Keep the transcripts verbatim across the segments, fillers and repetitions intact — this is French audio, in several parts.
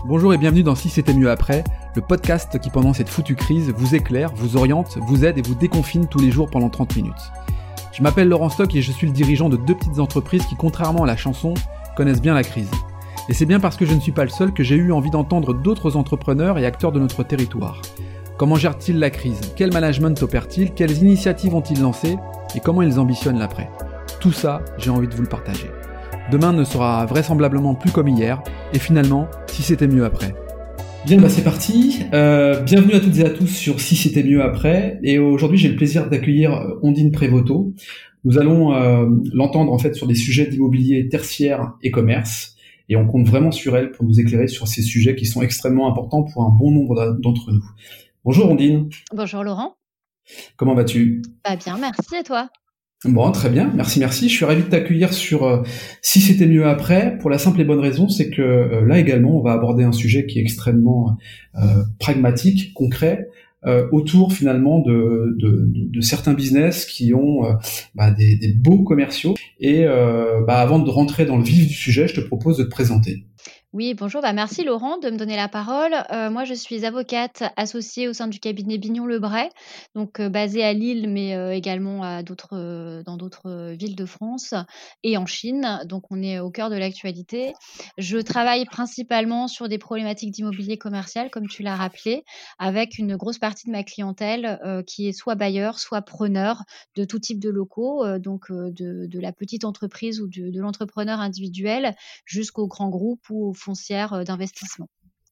Bonjour et bienvenue dans Si c'était mieux après, le podcast qui pendant cette foutue crise vous éclaire, vous oriente, vous aide et vous déconfine tous les jours pendant trente minutes. Je m'appelle Laurent Stock et je suis le dirigeant de deux petites entreprises qui, contrairement à la chanson, connaissent bien la crise. Et c'est bien parce que je ne suis pas le seul que j'ai eu envie d'entendre d'autres entrepreneurs et acteurs de notre territoire. Comment gèrent-ils la crise ? Quel management opèrent-ils ? Quelles initiatives ont-ils lancées ? Et comment ils ambitionnent l'après ? Tout ça, j'ai envie de vous le partager. Demain ne sera vraisemblablement plus comme hier, et finalement, si c'était mieux après. Bien, bah c'est parti. Euh, bienvenue à toutes et à tous sur Si c'était mieux après. Et aujourd'hui, j'ai le plaisir d'accueillir Ondine Prévoto. Nous allons euh, l'entendre en fait sur des sujets d'immobilier tertiaire et commerce. Et on compte vraiment sur elle pour nous éclairer sur ces sujets qui sont extrêmement importants pour un bon nombre d'entre nous. Bonjour Ondine. Bonjour Laurent. Comment vas-tu ? Bah bien, merci, et toi ? Bon, très bien, merci, merci. Je suis ravi de t'accueillir sur euh, Si c'était mieux après, pour la simple et bonne raison, c'est que euh, là également, on va aborder un sujet qui est extrêmement euh, pragmatique, concret, euh, autour finalement de, de, de certains business qui ont euh, bah, des, des beaux commerciaux. Et euh, bah, avant de rentrer dans le vif du sujet, je te propose de te présenter. Oui, bonjour, bah merci Laurent de me donner la parole. Euh, moi, je suis avocate associée au sein du cabinet Bignon-Lebray, donc euh, basée à Lille, mais euh, également à d'autres, euh, dans d'autres euh, villes de France et en Chine. Donc, on est au cœur de l'actualité. Je travaille principalement sur des problématiques d'immobilier commercial, comme tu l'as rappelé, avec une grosse partie de ma clientèle euh, qui est soit bailleur, soit preneur de tout type de locaux, euh, donc euh, de, de la petite entreprise ou de, de l'entrepreneur individuel jusqu'au grand groupe ou aux foncières d'investissement.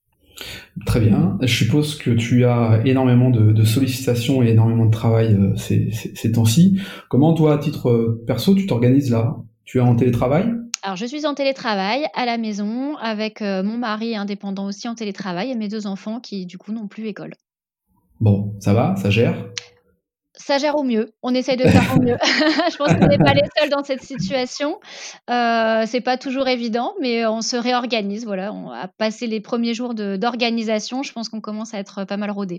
Très bien. Je suppose que tu as énormément de, de sollicitations et énormément de travail euh, ces, ces, ces temps-ci. Comment toi, à titre euh, perso, tu t'organises là ? Tu es en télétravail ? Alors, je suis en télétravail à la maison avec euh, mon mari indépendant aussi en télétravail et mes deux enfants qui, du coup, n'ont plus école. Bon, ça va ? Ça gère ? Ça gère au mieux. On essaye de faire au mieux. Je pense qu'on n'est pas les seuls dans cette situation. Euh, c'est pas toujours évident, mais on se réorganise. Voilà, on a passé les premiers jours de, d'organisation. Je pense qu'on commence à être pas mal rodés.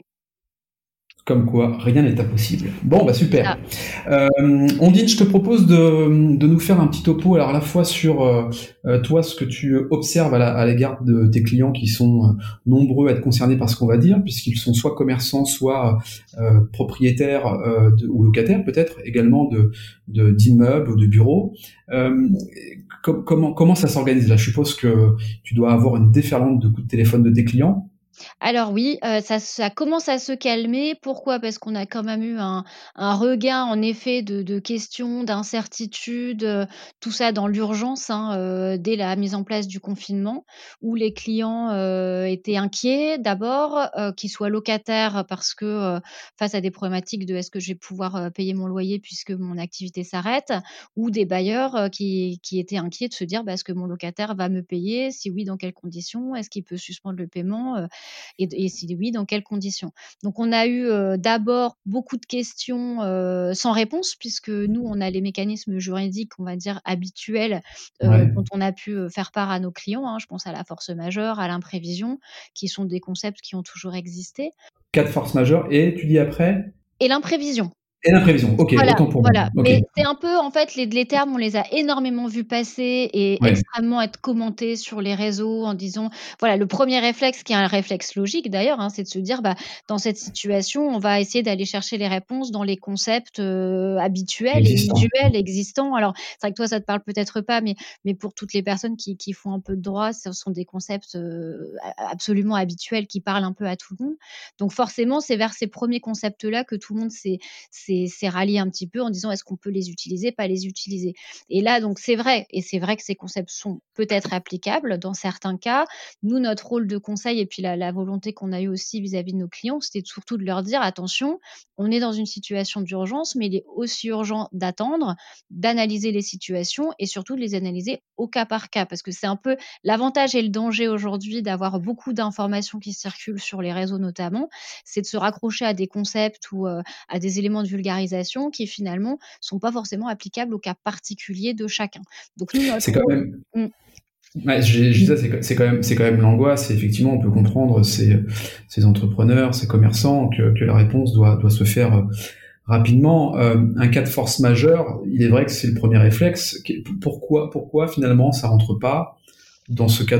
Comme quoi, rien n'est impossible. Bon, bah super. Euh, Ondine, je te propose de, de nous faire un petit topo, alors à la fois sur euh, toi, ce que tu observes à, la, à l'égard de tes clients qui sont euh, nombreux à être concernés par ce qu'on va dire, puisqu'ils sont soit commerçants, soit euh, propriétaires euh, de, ou locataires peut-être également de, de d'immeubles ou de bureaux. Euh, com- comment comment ça s'organise là ? Je suppose que tu dois avoir une déferlante de coups de téléphone de tes clients. Alors oui, heu, ça ça commence à se calmer. Pourquoi ? Parce qu'on a quand même eu un un regain en effet de de questions, d'incertitudes, heu, tout ça dans l'urgence, hein, heu, dès la mise en place du confinement où les clients, heu, étaient inquiets d'abord, heu, qu'ils soient locataires parce que, heu, face à des problématiques de: «Est-ce que je vais pouvoir, heu, payer mon loyer puisque mon activité s'arrête ?» ou des bailleurs, heu, qui qui étaient inquiets de se dire: «Bah, est-ce que mon locataire va me payer? Si oui, dans quelles conditions? Est-ce qu'il peut suspendre le paiement?» heu et, et si oui, dans quelles conditions. Donc on a eu euh, d'abord beaucoup de questions euh, sans réponse, puisque nous, on a les mécanismes juridiques, on va dire, habituels euh, Ouais. dont on a pu euh, faire part à nos clients. Hein. Je pense à la force majeure, à l'imprévision, qui sont des concepts qui ont toujours existé. Cas de force majeure, et tu dis après ? Et l'imprévision. Et l'imprévision, ok, Voilà, autant pour moi. voilà. Okay. Mais c'est un peu, en fait, les, les termes, on les a énormément vus passer et Ouais. extrêmement être commentés sur les réseaux en disant, voilà, le premier réflexe, qui est un réflexe logique d'ailleurs, hein, c'est de se dire, bah, dans cette situation, on va essayer d'aller chercher les réponses dans les concepts euh, habituels et Existant. usuels existants. Alors, c'est vrai que toi, ça te parle peut-être pas, mais, mais pour toutes les personnes qui, qui font un peu de droit, ce sont des concepts euh, absolument habituels qui parlent un peu à tout le monde. Donc, forcément, c'est vers ces premiers concepts-là que tout le monde s'est, s'est, s'est rallié un petit peu en disant est-ce qu'on peut les utiliser, pas les utiliser. Et là, donc c'est vrai, et c'est vrai que ces concepts sont peut-être applicables dans certains cas. Nous, notre rôle de conseil et puis la, la volonté qu'on a eue aussi vis-à-vis de nos clients, c'était surtout de leur dire attention, on est dans une situation d'urgence, mais il est aussi urgent d'attendre, d'analyser les situations et surtout de les analyser au cas par cas, parce que c'est un peu l'avantage et le danger aujourd'hui d'avoir beaucoup d'informations qui circulent sur les réseaux notamment, c'est de se raccrocher à des concepts ou euh, à des éléments de vulgarisation qui finalement sont pas forcément applicables au cas particulier de chacun. Donc nous, notre c'est quand rôle... même. Ouais, je, je dis ça, c'est, c'est quand même, c'est quand même l'angoisse. Et effectivement, on peut comprendre ces, ces entrepreneurs, ces commerçants, que, que la réponse doit, doit se faire euh, rapidement. Euh, un cas de force majeure, il est vrai que c'est le premier réflexe. Pourquoi, pourquoi finalement ça rentre pas dans ce cadre-là ?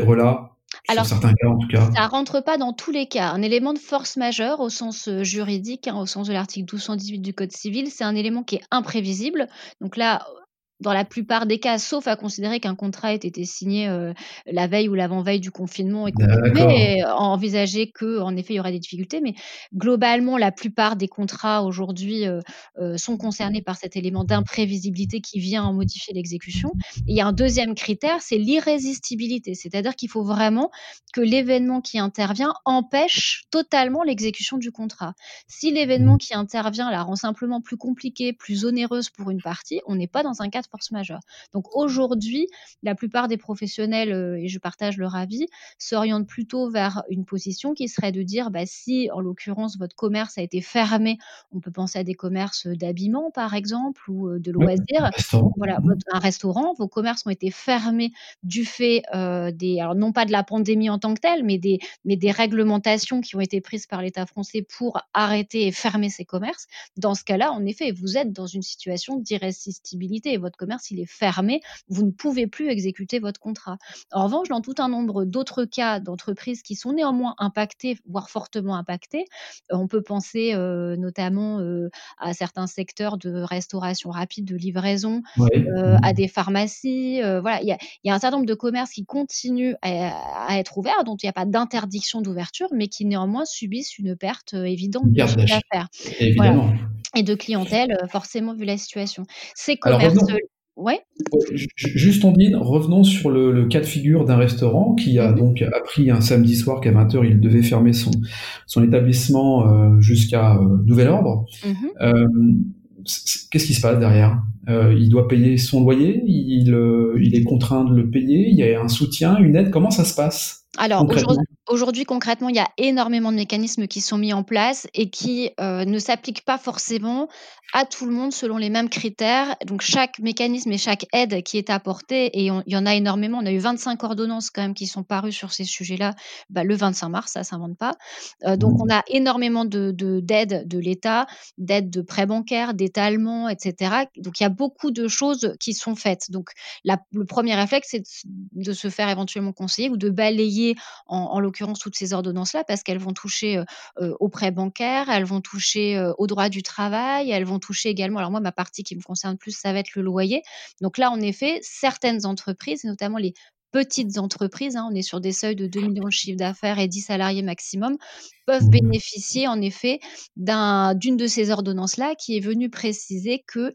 Alors, sur certains cas en tout cas. ça rentre pas dans tous les cas. Un élément de force majeure au sens, heu, juridique, hein, au sens de l'article douze cent dix-huit du code civil, c'est un élément qui est imprévisible. Donc là, dans la plupart des cas, sauf à considérer qu'un contrat ait été signé, heu, la veille ou l'avant-veille du confinement et qu'on D'accord. pouvait envisager qu'en effet, il y aurait des difficultés. Mais globalement, la plupart des contrats aujourd'hui, heu heu, sont concernés par cet élément d'imprévisibilité qui vient modifier l'exécution. Et il y a un deuxième critère, c'est l'irrésistibilité. C'est-à-dire qu'il faut vraiment que l'événement qui intervient empêche totalement l'exécution du contrat. Si l'événement qui intervient la rend simplement plus compliquée, plus onéreuse pour une partie, on n'est pas dans un cas de force majeure. Donc aujourd'hui, la plupart des professionnels, euh, et je partage leur avis, s'orientent plutôt vers une position qui serait de dire, bah, si en l'occurrence votre commerce a été fermé, on peut penser à des commerces d'habillement par exemple ou euh, de Oui, loisirs, restaurant. voilà, Mmh. votre- un restaurant, vos commerces ont été fermés du fait euh, des, alors non pas de la pandémie en tant que telle, mais des, mais des réglementations qui ont été prises par l'État français pour arrêter et fermer ces commerces. Dans ce cas-là, en effet, vous êtes dans une situation d'irrésistibilité et votre commerce, il est fermé, vous ne pouvez plus exécuter votre contrat. En revanche, dans tout un nombre d'autres cas d'entreprises qui sont néanmoins impactées, voire fortement impactées, euh, on peut penser euh, notamment euh, à certains secteurs de restauration rapide, de livraison, Oui. euh, à Mmh. des pharmacies. euh, voilà, il y a, il y a un certain nombre de commerces qui continuent à, à être ouverts, dont il n'y a pas d'interdiction d'ouverture, mais qui néanmoins subissent une perte euh, évidente Une de perte chiffre d'achat, d'affaires. Voilà, évidemment. et de clientèle, heu, forcément vu la situation. Ces Alors commerces, revenons. ouais? Ouais, ju- ju- juste Ondine, revenons sur le, le cas de figure d'un restaurant qui a Mmh mh. donc appris un samedi soir qu'à vingt heures il devait fermer son, son établissement euh, jusqu'à euh, nouvel ordre. Mmh. Euh, c- c- Qu'est-ce qui se passe derrière? Euh, il doit payer son loyer, il, euh, il est contraint de le payer, il y a un soutien, une aide, comment ça se passe Alors aujourd concrètement? aujourd'hui concrètement, il y a énormément de mécanismes qui sont mis en place et qui, heu, ne s'appliquent pas forcément à tout le monde selon les mêmes critères. Donc chaque mécanisme et chaque aide qui est apportée, et on il y en a énormément, on a eu vingt-cinq ordonnances quand même qui sont parues sur ces sujets-là, bah, le vingt-cinq mars, ça s'invente pas. Heu, donc on Mhm. a énormément de de d'aides de l'État, d'aides de prêts bancaires, d'étalement et cetera. Donc il y a beaucoup de choses qui sont faites. Donc la le premier réflexe, c'est de s de se faire éventuellement conseiller ou de balayer en, en l'occurrence toutes ces ordonnances-là, parce qu'elles vont toucher euh, euh, aux prêts bancaires, elles vont toucher euh, au droit du travail, elles vont toucher également, alors moi ma partie qui me concerne plus, ça va être le loyer. Donc là, en effet, certaines entreprises, et notamment les petites entreprises, hein, on est sur des seuils de deux millions de chiffre d'affaires et dix salariés maximum, peuvent Mhm. bénéficier en effet d'un, d'une de ces ordonnances-là qui est venue préciser que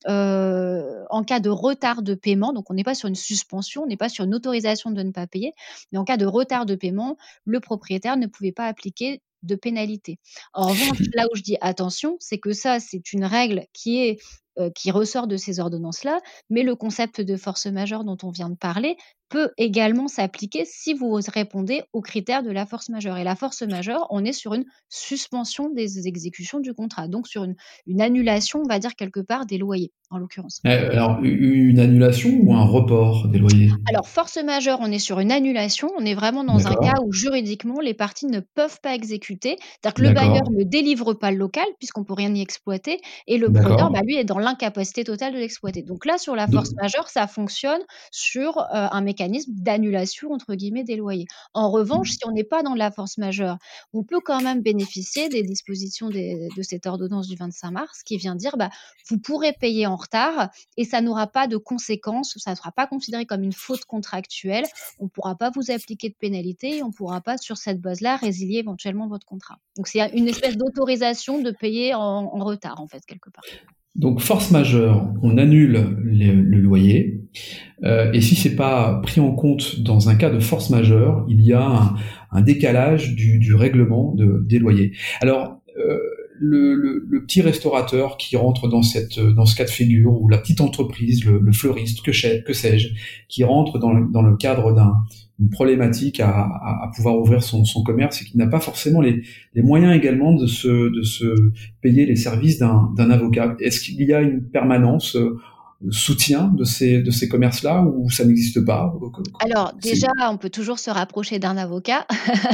euh, en cas de retard de paiement, donc on n'est pas sur une suspension, on n'est pas sur une autorisation de ne pas payer, mais en cas de retard de paiement, le propriétaire ne pouvait pas appliquer de pénalité. En revanche, là où je dis attention, c'est que ça, c'est une règle qui est euh, qui ressort de ces ordonnances-là, mais le concept de force majeure dont on vient de parler peut également s'appliquer si vous répondez aux critères de la force majeure. Et la force majeure, on est sur une suspension des exécutions du contrat, donc sur une, une annulation, on va dire quelque part, des loyers, en l'occurrence. Euh, alors, u- une annulation ou un report des loyers? Alors, force majeure, on est sur une annulation. On est vraiment dans un cas D'accord, où juridiquement, les parties ne peuvent pas exécuter. C'est-à-dire que le bailleur d'accord, ne délivre pas le local puisqu'on peut rien y exploiter et le preneur, d'accord. bah, lui, est dans l'incapacité totale de l'exploiter. Donc là, sur la force Do- majeure, ça fonctionne sur euh, un mécanisme d'annulation, entre guillemets, des loyers. En revanche, si on n'est pas dans la force majeure, on peut quand même bénéficier des dispositions des- de cette ordonnance du vingt-cinq mars qui vient dire, bah, vous pourrez payer en retard et ça n'aura pas de conséquences, ça ne sera pas considéré comme une faute contractuelle, on ne pourra pas vous appliquer de pénalité et on ne pourra pas, sur cette base-là, résilier éventuellement votre contrat. Donc c'est une espèce d'autorisation de payer en, en retard, en fait, quelque part. Donc, force majeure, on annule le, le loyer. Euh, et si c'est pas pris en compte dans un cas de force majeure, il y a un, un décalage du, du règlement de, des loyers. Alors, euh, le, le, le petit restaurateur qui rentre dans cette dans ce cas de figure, ou la petite entreprise, le, le fleuriste, que, sais- que sais-je, qui rentre dans le, dans le cadre d'un une problématique à, à, à pouvoir ouvrir son, son commerce et qui n'a pas forcément les, les moyens également de se, de se payer les services d'un, d'un avocat. Est-ce qu'il y a une permanence euh, soutien de ces, de ces commerces-là ou ça n'existe pas? Alors déjà, on peut toujours se rapprocher d'un avocat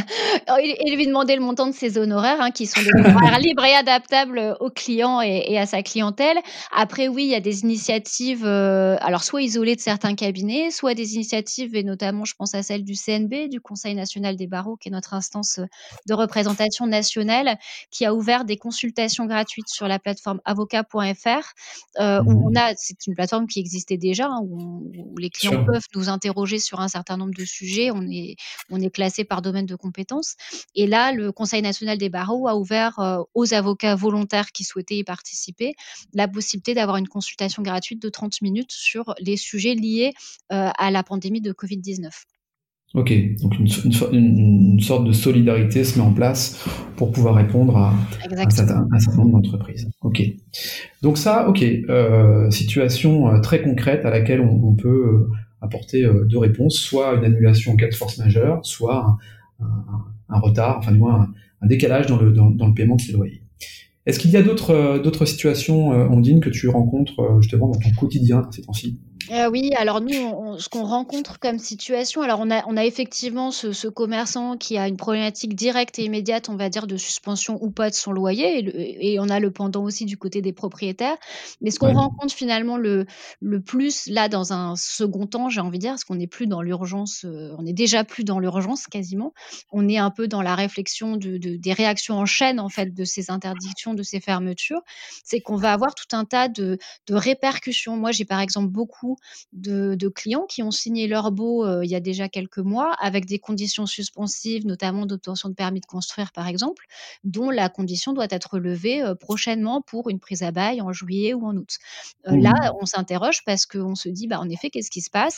et, et lui demander le montant de ses honoraires, hein, qui sont des honoraires libres et adaptables au client et, et à sa clientèle. Après, oui, il y a des initiatives, euh, alors soit isolées de certains cabinets, soit des initiatives, et notamment, je pense à celle du C N B, du Conseil national des barreaux, qui est notre instance de représentation nationale, qui a ouvert des consultations gratuites sur la plateforme avocat point f r. Euh, mmh. Où on a, c'est une plateforme qui existait déjà, hein, où, on, où les clients Sûr. peuvent nous interroger sur un certain nombre de sujets. On est, on est classé par domaine de compétences. Et là, le Conseil national des barreaux a ouvert euh, aux avocats volontaires qui souhaitaient y participer la possibilité d'avoir une consultation gratuite de trente minutes sur les sujets liés euh, à la pandémie de covid dix-neuf. Ok, donc une, une, une sorte de solidarité se met en place pour pouvoir répondre à, à, un certain, à un certain nombre d'entreprises. Ok, donc ça, ok, euh, situation très concrète à laquelle on, on peut apporter deux réponses, soit une annulation en cas de force majeure, soit un, un, un retard, enfin du moins un, un décalage dans le, dans, dans le paiement de ses loyers. Est-ce qu'il y a d'autres, d'autres situations, Ondine, que tu rencontres justement dans ton quotidien ces temps-ci ? Euh, oui, alors nous, on, ce qu'on rencontre comme situation, alors on a, on a effectivement ce, ce commerçant qui a une problématique directe et immédiate, on va dire, de suspension ou pas de son loyer, et, le, et on a le pendant aussi du côté des propriétaires. Mais ce qu'on ouais. rencontre finalement le, le plus, là, dans un second temps, j'ai envie de dire, parce qu'on n'est plus dans l'urgence, euh, on est déjà plus dans l'urgence quasiment, on est un peu dans la réflexion de, de, des réactions en chaîne, en fait, de ces interdictions, de ces fermetures, c'est qu'on va avoir tout un tas de, de répercussions. Moi, j'ai par exemple beaucoup De, de clients qui ont signé leur baux euh, il y a déjà quelques mois avec des conditions suspensives, notamment d'obtention de permis de construire par exemple, dont la condition doit être levée euh, prochainement pour une prise à bail en juillet ou en août. Euh, mmh. Là, on s'interroge parce qu'on se dit, bah, en effet, qu'est-ce qui se passe ?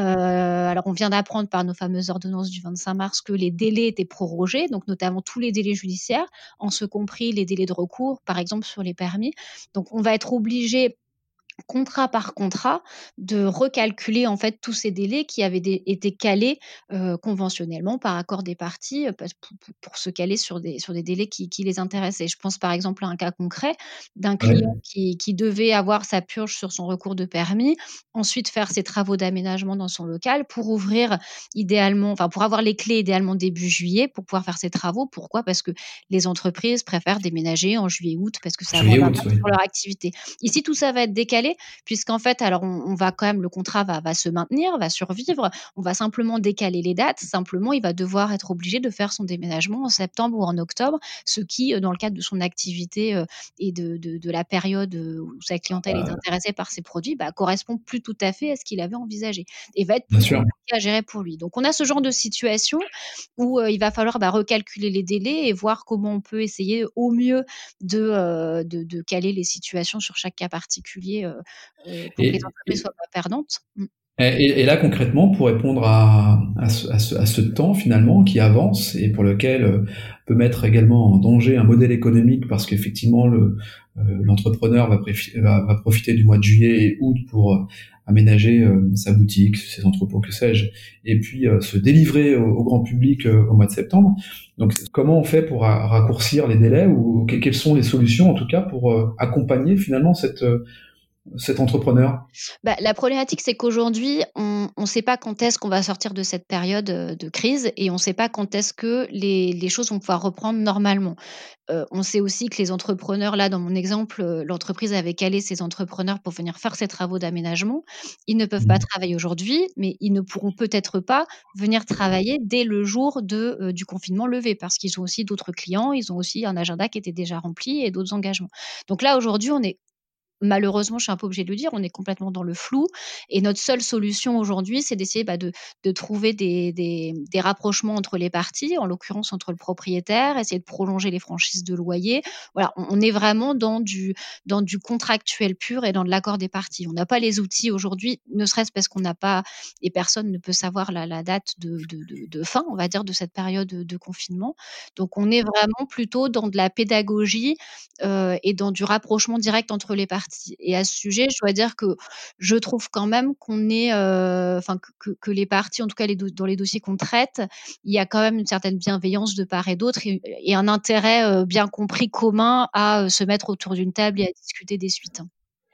euh, Alors, on vient d'apprendre par nos fameuses ordonnances du vingt-cinq mars que les délais étaient prorogés, donc notamment tous les délais judiciaires, en ce compris les délais de recours, par exemple sur les permis. Donc, on va être obligé, contrat par contrat, de recalculer en fait tous ces délais qui avaient des, été calés euh, conventionnellement par accord des parties euh, pour, pour, pour se caler sur des, sur des délais qui, qui les intéressaient. Je pense par exemple à un cas concret d'un client ouais. qui, qui devait avoir sa purge sur son recours de permis, ensuite faire ses travaux d'aménagement dans son local pour ouvrir idéalement, enfin pour avoir les clés idéalement début juillet pour pouvoir faire ses travaux. Pourquoi ? Parce que les entreprises préfèrent déménager en juillet-août parce que ça a un impact oui. sur leur activité. Ici, tout ça va être décalé puisqu'en fait, alors on, on va quand même, le contrat va, va se maintenir, va survivre, on va simplement décaler les dates, simplement il va devoir être obligé de faire son déménagement en septembre ou en octobre, ce qui, dans le cadre de son activité euh, et de, de, de la période où sa clientèle euh... est intéressée par ses produits, bah, correspond plus tout à fait à ce qu'il avait envisagé et va être plus compliqué à gérer pour lui. Donc on a ce genre de situation où euh, il va falloir bah, recalculer les délais et voir comment on peut essayer au mieux de, euh, de, de caler les situations sur chaque cas particulier euh, Euh, pour et, que les entreprises ne soient pas perdantes. Et, et là, concrètement, pour répondre à, à, ce, à, ce, à ce temps, finalement, qui avance et pour lequel euh, peut mettre également en danger un modèle économique parce qu'effectivement, le, euh, l'entrepreneur va, préfi- va, va profiter du mois de juillet et août pour euh, aménager euh, sa boutique, ses entrepôts, que sais-je, et puis euh, se délivrer au, au grand public euh, au mois de septembre. Donc, comment on fait pour ra- raccourcir les délais ou que, quelles sont les solutions, en tout cas, pour euh, accompagner finalement cette... Euh, cet entrepreneur ? Bah, la problématique, c'est qu'aujourd'hui, on ne sait pas quand est-ce qu'on va sortir de cette période de crise et on ne sait pas quand est-ce que les, les choses vont pouvoir reprendre normalement. Euh, on sait aussi que les entrepreneurs, là, dans mon exemple, l'entreprise avait calé ses entrepreneurs pour venir faire ses travaux d'aménagement. Ils ne peuvent mmh. pas travailler aujourd'hui, mais ils ne pourront peut-être pas venir travailler dès le jour de, euh, du confinement levé parce qu'ils ont aussi d'autres clients, ils ont aussi un agenda qui était déjà rempli et d'autres engagements. Donc là, aujourd'hui, on est malheureusement, je suis un peu obligée de le dire, on est complètement dans le flou et notre seule solution aujourd'hui, c'est d'essayer bah, de, de trouver des, des, des rapprochements entre les parties, en l'occurrence entre le propriétaire, essayer de prolonger les franchises de loyer. Voilà, on, on est vraiment dans du, dans du contractuel pur et dans de l'accord des parties. On n'a pas les outils aujourd'hui, ne serait-ce parce qu'on n'a pas, et personne ne peut savoir la, la date de, de, de, de fin, on va dire, de cette période de, de confinement. Donc, on est vraiment plutôt dans de la pédagogie euh, et dans du rapprochement direct entre les parties. Et à ce sujet, je dois dire que je trouve quand même qu'on est, euh, enfin que, que les parties, en tout cas les do- dans les dossiers qu'on traite, il y a quand même une certaine bienveillance de part et d'autre et, et un intérêt euh, bien compris commun à euh, se mettre autour d'une table et à discuter des suites.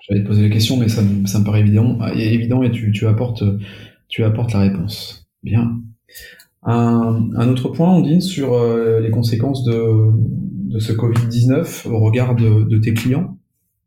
J'allais te poser la question, mais ça me, ça me paraît évident, évident et tu, tu apportes, tu apportes la réponse. Bien. Un, un autre point, Ondine, sur euh, les conséquences de, de ce covid dix-neuf au regard de, de tes clients.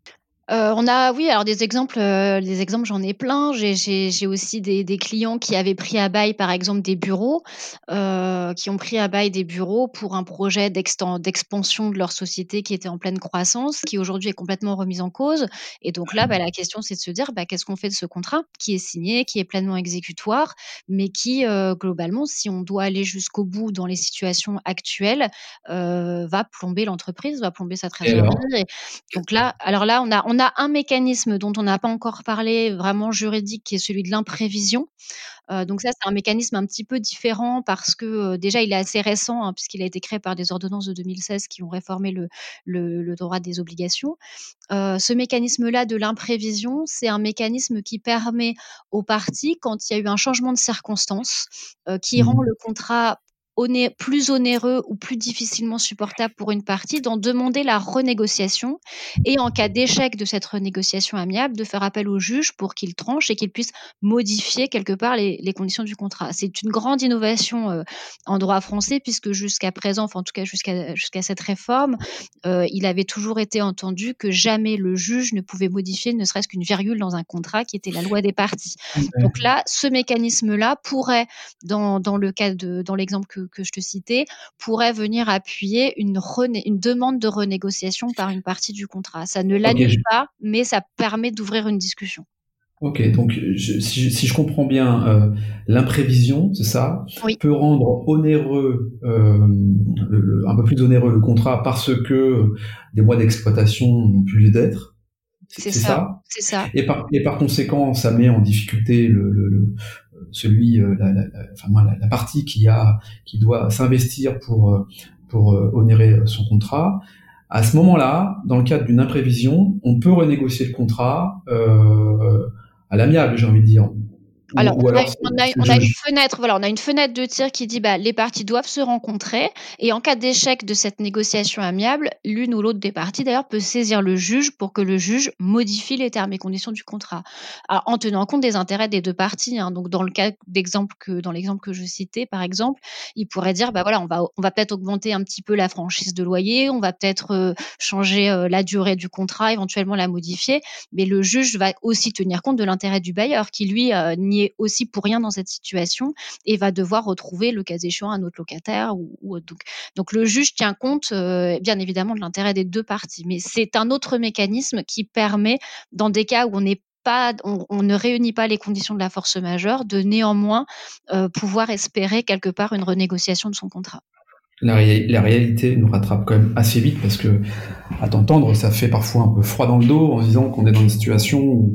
Euh, on a, oui, alors des exemples, euh, des exemples, j'en ai plein. J'ai, j'ai, j'ai aussi des, des clients qui avaient pris à bail, par exemple, des bureaux, euh, qui ont pris à bail des bureaux pour un projet d'exten- d'expansion de leur société qui était en pleine croissance, qui aujourd'hui est complètement remise en cause. Et donc là, bah, la question, c'est de se dire, bah, qu'est-ce qu'on fait de ce contrat qui est signé, qui est pleinement exécutoire, mais qui, euh, globalement, si on doit aller jusqu'au bout dans les situations actuelles, euh, va plomber l'entreprise, va plomber sa Et alors? trésorerie. Et donc là, alors là, on a, on a un mécanisme dont on n'a pas encore parlé, vraiment juridique, qui est celui de l'imprévision. Euh, donc ça, c'est un mécanisme un petit peu différent parce que euh, déjà, il est assez récent, hein, puisqu'il a été créé par des ordonnances de deux mille seize qui ont réformé le, le, le droit des obligations. Euh, ce mécanisme-là de l'imprévision, c'est un mécanisme qui permet aux parties, quand il y a eu un changement de circonstances, euh, qui rend Mmh. le contrat oné- plus onéreux ou plus difficilement supportable pour une partie, d'en demander la renégociation et en cas d'échec de cette renégociation amiable, de faire appel au juge pour qu'il tranche et qu'il puisse modifier quelque part les, les conditions du contrat. C'est une grande innovation euh, en droit français puisque jusqu'à présent, enfin en tout cas jusqu'à jusqu'à cette réforme, euh, il avait toujours été entendu que jamais le juge ne pouvait modifier ne serait-ce qu'une virgule dans un contrat qui était la loi des parties. Ouais. Donc là, ce mécanisme-là pourrait, dans, dans le cas de, dans l'exemple que, que je te citais, pourrait venir appuyer une, rené- une demande de renégociation par une partie du contrat. Ça ne Ok, l'annule je- pas, mais ça permet d'ouvrir une discussion. ok, donc je- si, je- si je comprends bien, euh, l'imprévision, c'est ça, Oui, peut rendre onéreux, euh, le- le- un peu plus onéreux le contrat parce que des mois d'exploitation n'ont plus lieu d'être. C'est c'est c'est ça, ça. c'est ça. Et par, et par conséquent, ça met en difficulté le, le, le- celui, euh, la, la, la, enfin, moi, la, la partie qui a, qui doit s'investir pour, euh, pour euh, honorer son contrat. À ce moment-là, dans le cadre d'une imprévision, on peut renégocier le contrat euh, à l'amiable, j'ai envie de dire. Alors, Ou, ou on a, alors, c'est on a- c'est on le a une juge. fenêtre, voilà, on a une fenêtre de tir qui dit, bah, les parties doivent se rencontrer et en cas d'échec de cette négociation amiable, l'une ou l'autre des parties d'ailleurs peut saisir le juge pour que le juge modifie les termes et conditions du contrat. Alors, en tenant compte des intérêts des deux parties, hein. Donc, dans le cas d'exemple que, dans l'exemple que je citais, par exemple, il pourrait dire, bah voilà, on va, on va peut-être augmenter un petit peu la franchise de loyer, on va peut-être euh, changer euh, la durée du contrat, éventuellement la modifier, mais le juge va aussi tenir compte de l'intérêt du bailleur qui, lui, euh, n'y est aussi pour rien dans cette situation et va devoir retrouver, le cas échéant, un autre locataire. Ou, ou autre. Donc, donc, le juge tient compte, euh, bien évidemment, de l'intérêt des deux parties. Mais c'est un autre mécanisme qui permet, dans des cas où on n'est pas, on, on ne réunit pas les conditions de la force majeure, de néanmoins euh, pouvoir espérer quelque part une renégociation de son contrat. La, ré- la réalité nous rattrape quand même assez vite parce que, à t'entendre, ça fait parfois un peu froid dans le dos en se disant qu'on est dans une situation où,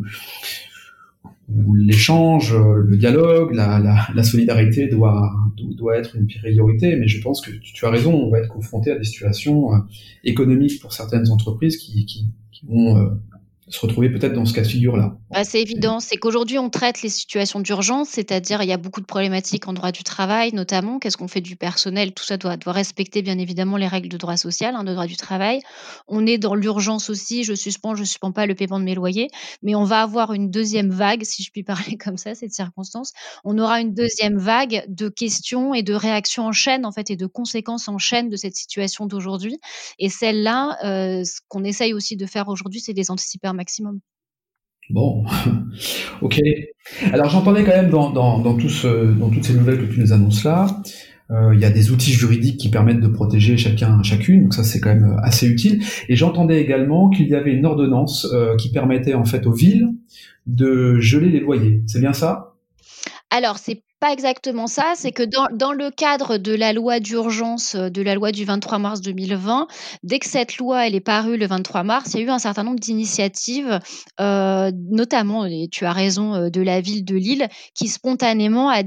où l'échange, le dialogue, la, la, la solidarité doit, doit être une priorité. Mais je pense que tu, tu as raison, on va être confronté à des situations euh, économiques pour certaines entreprises qui, qui, qui vont euh, se retrouver peut-être dans ce cas de figure-là. Bah, c'est évident, c'est qu'aujourd'hui on traite les situations d'urgence, c'est-à-dire il y a beaucoup de problématiques en droit du travail notamment. Qu'est-ce qu'on fait du personnel? Tout ça doit, doit respecter bien évidemment les règles de droit social, hein, de droit du travail. On est dans l'urgence aussi, je suspends, je suspends pas le paiement de mes loyers, mais on va avoir une deuxième vague, si je puis parler comme ça, cette circonstance. On aura une deuxième vague de questions et de réactions en chaîne en fait et de conséquences en chaîne de cette situation d'aujourd'hui. Et celle-là, euh, ce qu'on essaye aussi de faire aujourd'hui, c'est de les anticiper un maximum. Bon, ok. Alors j'entendais quand même dans, dans, dans, tout ce, dans toutes ces nouvelles que tu nous annonces là, euh, il y a des outils juridiques qui permettent de protéger chacun, chacune, donc ça c'est quand même assez utile. Et j'entendais également qu'il y avait une ordonnance euh, qui permettait en fait aux villes de geler les loyers. C'est bien ça? Alors, c'est pas exactement ça, c'est que dans dans le cadre de la loi d'urgence, heu, de la loi du vingt-trois mars deux mille vingt, dès que cette loi, elle est parue le vingt-trois mars, il y a eu un certain nombre d'initiatives, heu, notamment et tu as raison, heu, de la ville de Lille qui spontanément a dit: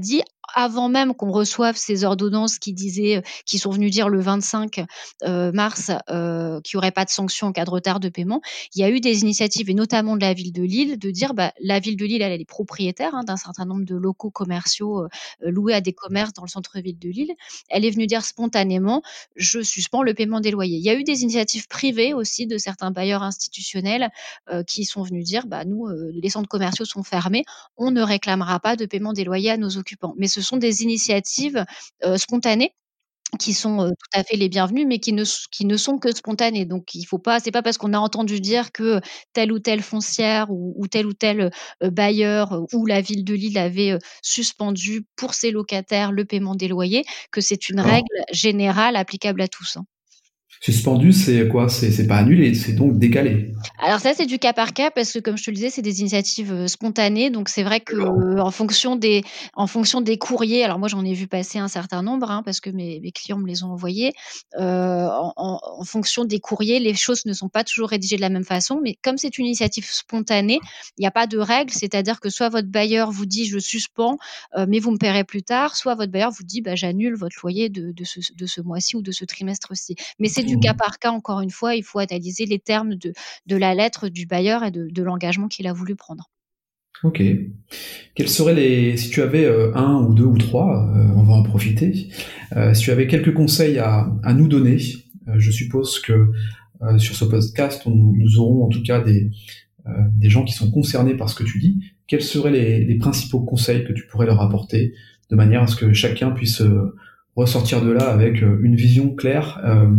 avant même qu'on reçoive ces ordonnances qui disaient, qui sont venues dire le vingt-cinq euh, mars euh, qu'il n'y aurait pas de sanctions en cas de retard de paiement, il y a eu des initiatives, et notamment de la ville de Lille, de dire bah, la ville de Lille, elle, elle est propriétaire hein, d'un certain nombre de locaux commerciaux euh, loués à des commerces dans le centre-ville de Lille. Elle est venue dire spontanément, je suspends le paiement des loyers. Il y a eu des initiatives privées aussi de certains bailleurs institutionnels euh, qui sont venus dire, bah, nous, euh, les centres commerciaux sont fermés, on ne réclamera pas de paiement des loyers à nos occupants. Mais ce sont des initiatives euh, spontanées qui sont euh, tout à fait les bienvenues, mais qui ne, qui ne sont que spontanées. Donc, il faut pas, c'est pas parce qu'on a entendu dire que telle ou telle foncière ou, ou tel ou tel euh, bailleur euh, ou la ville de Lille avait euh, suspendu pour ses locataires le paiement des loyers que c'est une règle générale applicable à tous. Hein. Suspendu, c'est quoi? C'est, c'est pas annulé, c'est donc décalé. Alors ça, c'est du cas par cas parce que, comme je te le disais, c'est des initiatives euh, spontanées. Donc c'est vrai que euh, en fonction des, en fonction des courriers, alors moi j'en ai vu passer un certain nombre hein, parce que mes, mes clients me les ont envoyés. Euh, en, en, en fonction des courriers, les choses ne sont pas toujours rédigées de la même façon. Mais comme c'est une initiative spontanée, il n'y a pas de règle. C'est-à-dire que soit votre bailleur vous dit je suspends, euh, mais vous me paierez plus tard, soit votre bailleur vous dit bah, j'annule votre loyer de, de ce, de ce mois-ci ou de ce trimestre-ci. Mais c'est du cas par cas. Encore une fois, il faut analyser les termes de de la lettre du bailleur et de, de l'engagement qu'il a voulu prendre. Ok. Quels seraient les, si tu avais euh, un ou deux ou trois, euh, on va en profiter, euh, si tu avais quelques conseils à, à nous donner, euh, je suppose que euh, sur ce podcast, on, nous aurons en tout cas des, euh, des gens qui sont concernés par ce que tu dis. Quels seraient les, les principaux conseils que tu pourrais leur apporter de manière à ce que chacun puisse euh, ressortir de là avec euh, une vision claire euh,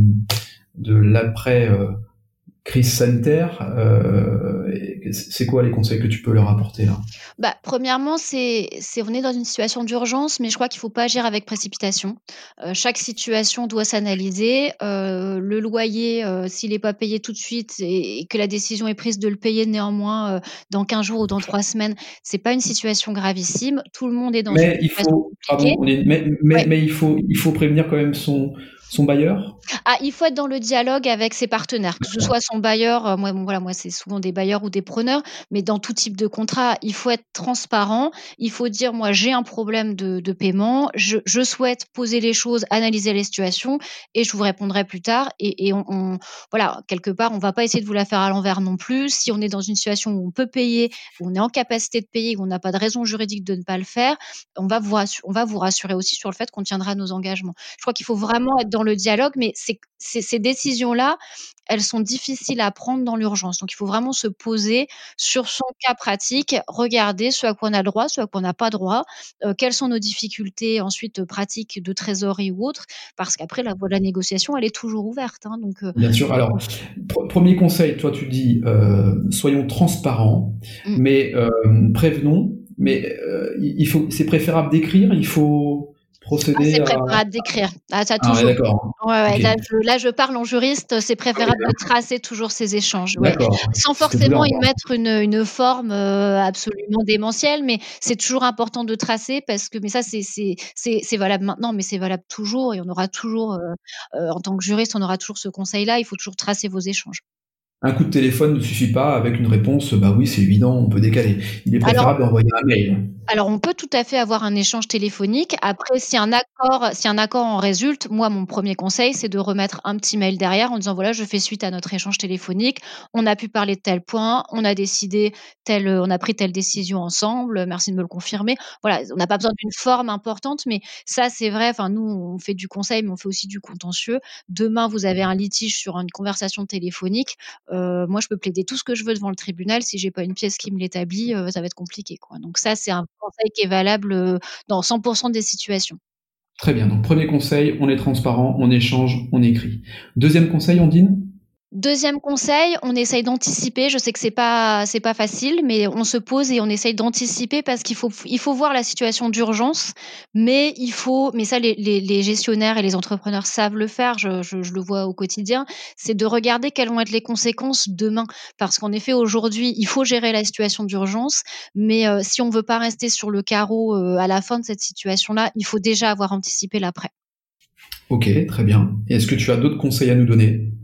de l'après euh, crise sanitaire, euh, c'est quoi les conseils que tu peux leur apporter là? Bah, premièrement, c'est, c'est on est dans une situation d'urgence, mais je crois qu'il ne faut pas agir avec précipitation. Euh, chaque situation doit s'analyser. Euh, le loyer, euh, s'il n'est pas payé tout de suite et, et que la décision est prise de le payer néanmoins euh, dans quinze jours ou dans trois semaines, c'est pas une situation gravissime. Tout le monde est dans Mais une il situation faut, compliquée. pardon, mais, mais, Ouais. mais il faut, il faut prévenir quand même son, son bailleur. Ah, il faut être dans le dialogue avec ses partenaires, que ce soit son bailleur, euh, moi, bon, voilà, moi c'est souvent des bailleurs ou des preneurs, mais dans tout type de contrat, il faut être transparent. Il faut dire, moi j'ai un problème de, de paiement, je, je souhaite poser les choses, analyser les situations, et je vous répondrai plus tard. Et, et on, on- voilà, quelque part, on va pas essayer de vous la faire à l'envers non plus. Si on est dans une situation où on peut payer, où on est en capacité de payer, où on n'a pas de raison juridique de ne pas le faire, on va vous rassurer, on va vous rassurer aussi sur le fait qu'on tiendra nos engagements. Je crois qu'il faut vraiment être dans le dialogue, mais c'est, c'est- ces décisions-là, elles sont difficiles à prendre dans l'urgence. Donc, il faut vraiment se poser sur son cas pratique, regarder ce à quoi on a le droit, ce à quoi on n'a pas droit, euh, quelles sont nos difficultés ensuite euh, pratiques de trésorerie ou autres, parce qu'après, la voie de la négociation, elle est toujours ouverte. Hein. donc, euh, Bien sûr. Alors, pr- premier conseil, toi tu dis, euh, soyons transparents, mm. mais euh, prévenons. Mais euh, il faut, c'est préférable d'écrire. Il faut Ah, procéder c'est à. préférable d'écrire. Ah, ça Ah ouais, toujours. d'accord. Ouais, ouais, Ok. là, je, là, je parle en juriste, c'est Très préférable bien. de tracer toujours ces échanges, ouais. D'accord. Sans C'est ce que je voulais forcément y entendre. mettre une, une forme euh, absolument démentielle, mais c'est toujours important de tracer parce que, mais ça, c'est, c'est, c'est, c'est valable maintenant, mais c'est valable toujours et on aura toujours, euh, euh, en tant que juriste, on aura toujours ce conseil-là, il faut toujours tracer vos échanges. Un coup de téléphone ne suffit pas avec une réponse, bah oui, c'est évident, on peut décaler. Il est Alors, préférable d'envoyer un mail. Alors, on peut tout à fait avoir un échange téléphonique. Après, si un accord, si un accord en résulte, moi, mon premier conseil, c'est de remettre un petit mail derrière en disant voilà, je fais suite à notre échange téléphonique. On a pu parler de tel point, on a décidé telle, on a pris telle décision ensemble. Merci de me le confirmer. Voilà, on n'a pas besoin d'une forme importante, mais ça, c'est vrai. Enfin, nous, on fait du conseil, mais on fait aussi du contentieux. Demain, vous avez un litige sur une conversation téléphonique. Euh, moi, je peux plaider tout ce que je veux devant le tribunal. Si j'ai pas une pièce qui me l'établit, euh, ça va être compliqué, quoi. Donc ça, c'est un conseil qui est valable euh, dans cent pour cent des situations. Très bien. Donc, premier conseil, on est transparent, on échange, on écrit. Deuxième conseil, Ondine? Deuxième conseil, on essaye d'anticiper. Je sais que c'est pas c'est pas facile, mais on se pose et on essaye d'anticiper parce qu'il faut il faut voir la situation d'urgence, mais il faut mais ça les, les, les gestionnaires et les entrepreneurs savent le faire. Je, je, je le vois au quotidien. C'est de regarder quelles vont être les conséquences demain, parce qu'en effet aujourd'hui il faut gérer la situation d'urgence, mais euh, si on veut pas rester sur le carreau euh, à la fin de cette situation-là, il faut déjà avoir anticipé l'après. Ok, très bien. Et est-ce que tu as d'autres conseils à nous donner?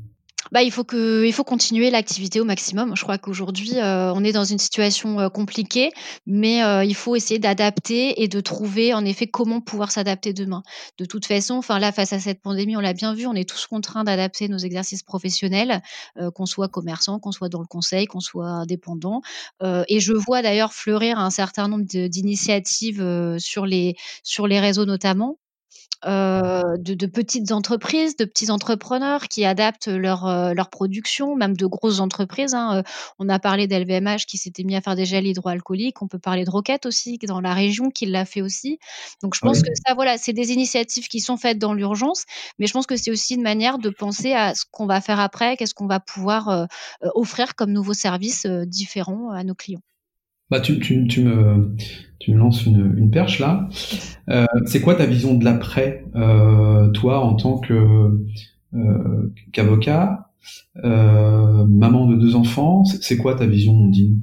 Bah, il faut que il faut continuer l'activité au maximum. Je crois qu'aujourd'hui, heu, on est dans une situation, heu, compliquée, mais heu, il faut essayer d'adapter et de trouver en effet comment pouvoir s'adapter demain. De toute façon, enfin là, face à cette pandémie, on l'a bien vu, on est tous contraints d'adapter nos exercices professionnels, heu, qu'on soit commerçant, qu'on soit dans le conseil, qu'on soit indépendant, heu et je vois d'ailleurs fleurir un certain nombre de d'initiatives, heu, sur les sur les réseaux notamment, heu, de de petites entreprises, de petits entrepreneurs qui adaptent leur, heu, leur production, même de grosses entreprises, hein, heu. On a parlé d'L V M H qui s'était mis à faire des gels hydroalcooliques, on peut parler de Roquette aussi, qui est dans la région, qui l'a fait aussi. Donc je pense que Oui. ça, voilà, c'est des initiatives qui sont faites dans l'urgence, mais je pense que c'est aussi une manière de penser à ce qu'on va faire après, qu'est-ce qu'on va pouvoir, heu heu, offrir comme nouveaux services, heu, différents à nos clients. Bah, tu, tu, tu, me, tu me lances une, une perche là. Euh, c'est quoi ta vision de l'après, euh, toi, en tant que euh, qu'avocat, euh, maman de deux enfants? C'est c'est quoi ta vision, Ondine?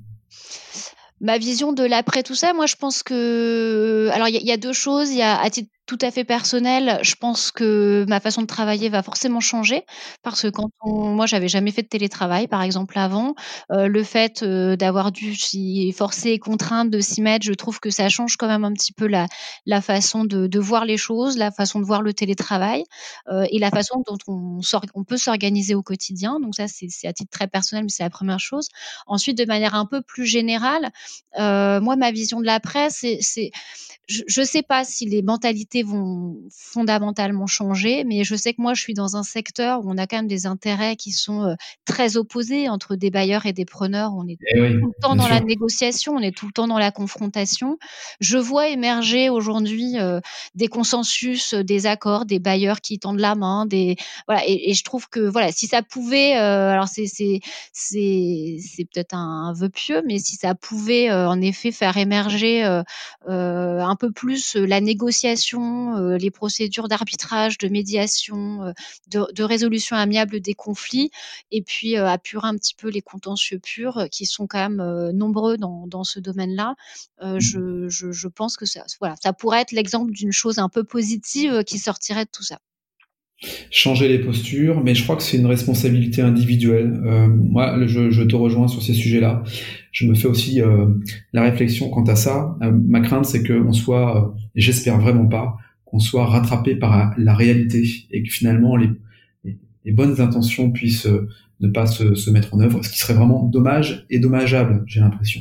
Ma vision de l'après tout ça, moi je pense que alors il y a il y a deux choses. Il y a à titre tout à fait personnel, je pense que ma façon de travailler va forcément changer parce que quand on moi j'avais jamais fait de télétravail par exemple avant, heu, le fait, heu, d'avoir dû s'y forcer et contraindre de s'y mettre, je trouve que ça change quand même un petit peu la la façon de de voir les choses, la façon de voir le télétravail, heu et la façon dont on s'or on peut s'organiser au quotidien. Donc ça c'est c'est à titre très personnel, mais c'est la première chose. Ensuite, de manière un peu plus générale, Heu, moi, ma vision de l'après, c'est c'est je ne sais pas si les mentalités vont fondamentalement changer, mais je sais que moi, je suis dans un secteur où on a quand même des intérêts qui sont, heu, très opposés entre des bailleurs et des preneurs. On est Eh oui, tout le temps bien dans la sûr. négociation, on est tout le temps dans la confrontation. Je vois émerger aujourd'hui, heu, des consensus, heu, des accords, des bailleurs qui tendent la main, des voilà et et je trouve que voilà, si ça pouvait, heu, alors c'est c'est c'est c'est peut-être un un vœu pieux, mais si ça pouvait, heu, en effet faire émerger, heu heu, un peu plus, heu, la négociation, heu, les procédures d'arbitrage, de médiation, heu, de de résolution amiable des conflits et puis, heu, apurer un petit peu les contentieux purs, heu, qui sont quand même, heu, nombreux dans dans ce domaine-là. Heu, je je je pense que ça voilà, ça pourrait être l'exemple d'une chose un peu positive, heu, qui sortirait de tout ça. Changer les postures, mais je crois que c'est une responsabilité individuelle. Euh, moi, je, je te rejoins sur ces sujets-là. Je me fais aussi euh, la réflexion quant à ça. Euh, ma crainte, c'est qu'on soit, euh, et j'espère vraiment pas, qu'on soit rattrapé par la réalité et que finalement les, les bonnes intentions puissent euh, ne pas se, se mettre en œuvre, ce qui serait vraiment dommage et dommageable, j'ai l'impression.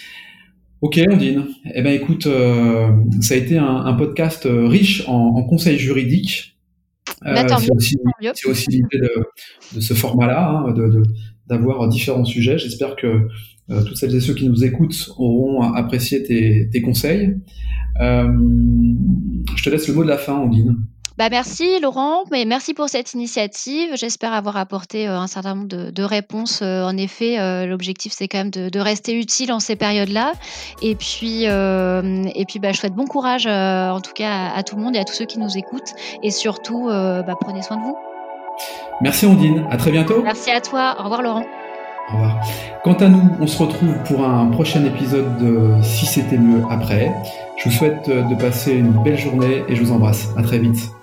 Ok, Ondine. Eh ben, écoute, euh, ça a été un, un podcast riche en, en conseils juridiques. Bah, Euh, tant c'est mieux, aussi, tant mieux. c'est aussi l'idée de, de ce format-là, hein, de, de, d'avoir différents sujets. J'espère que euh, toutes celles et ceux qui nous écoutent auront apprécié tes, tes conseils. Euh, je te laisse le mot de la fin, Ondine. Bah, merci Laurent, mais merci pour cette initiative. J'espère avoir apporté, heu, un certain nombre de de réponses, heu, en effet, heu, l'objectif c'est quand même de de rester utile en ces périodes-là et puis, hem et puis, bah, je souhaite bon courage, heu, en tout cas à à tout le monde et à tous ceux qui nous écoutent et surtout, heu, bah, prenez soin de vous. Merci, Ondine. À très bientôt. Merci à toi. Au revoir Laurent. Au revoir. Quant à nous, on se retrouve pour un prochain épisode de Si c'était mieux après. Je vous souhaite de passer une belle journée et je vous embrasse. À très vite.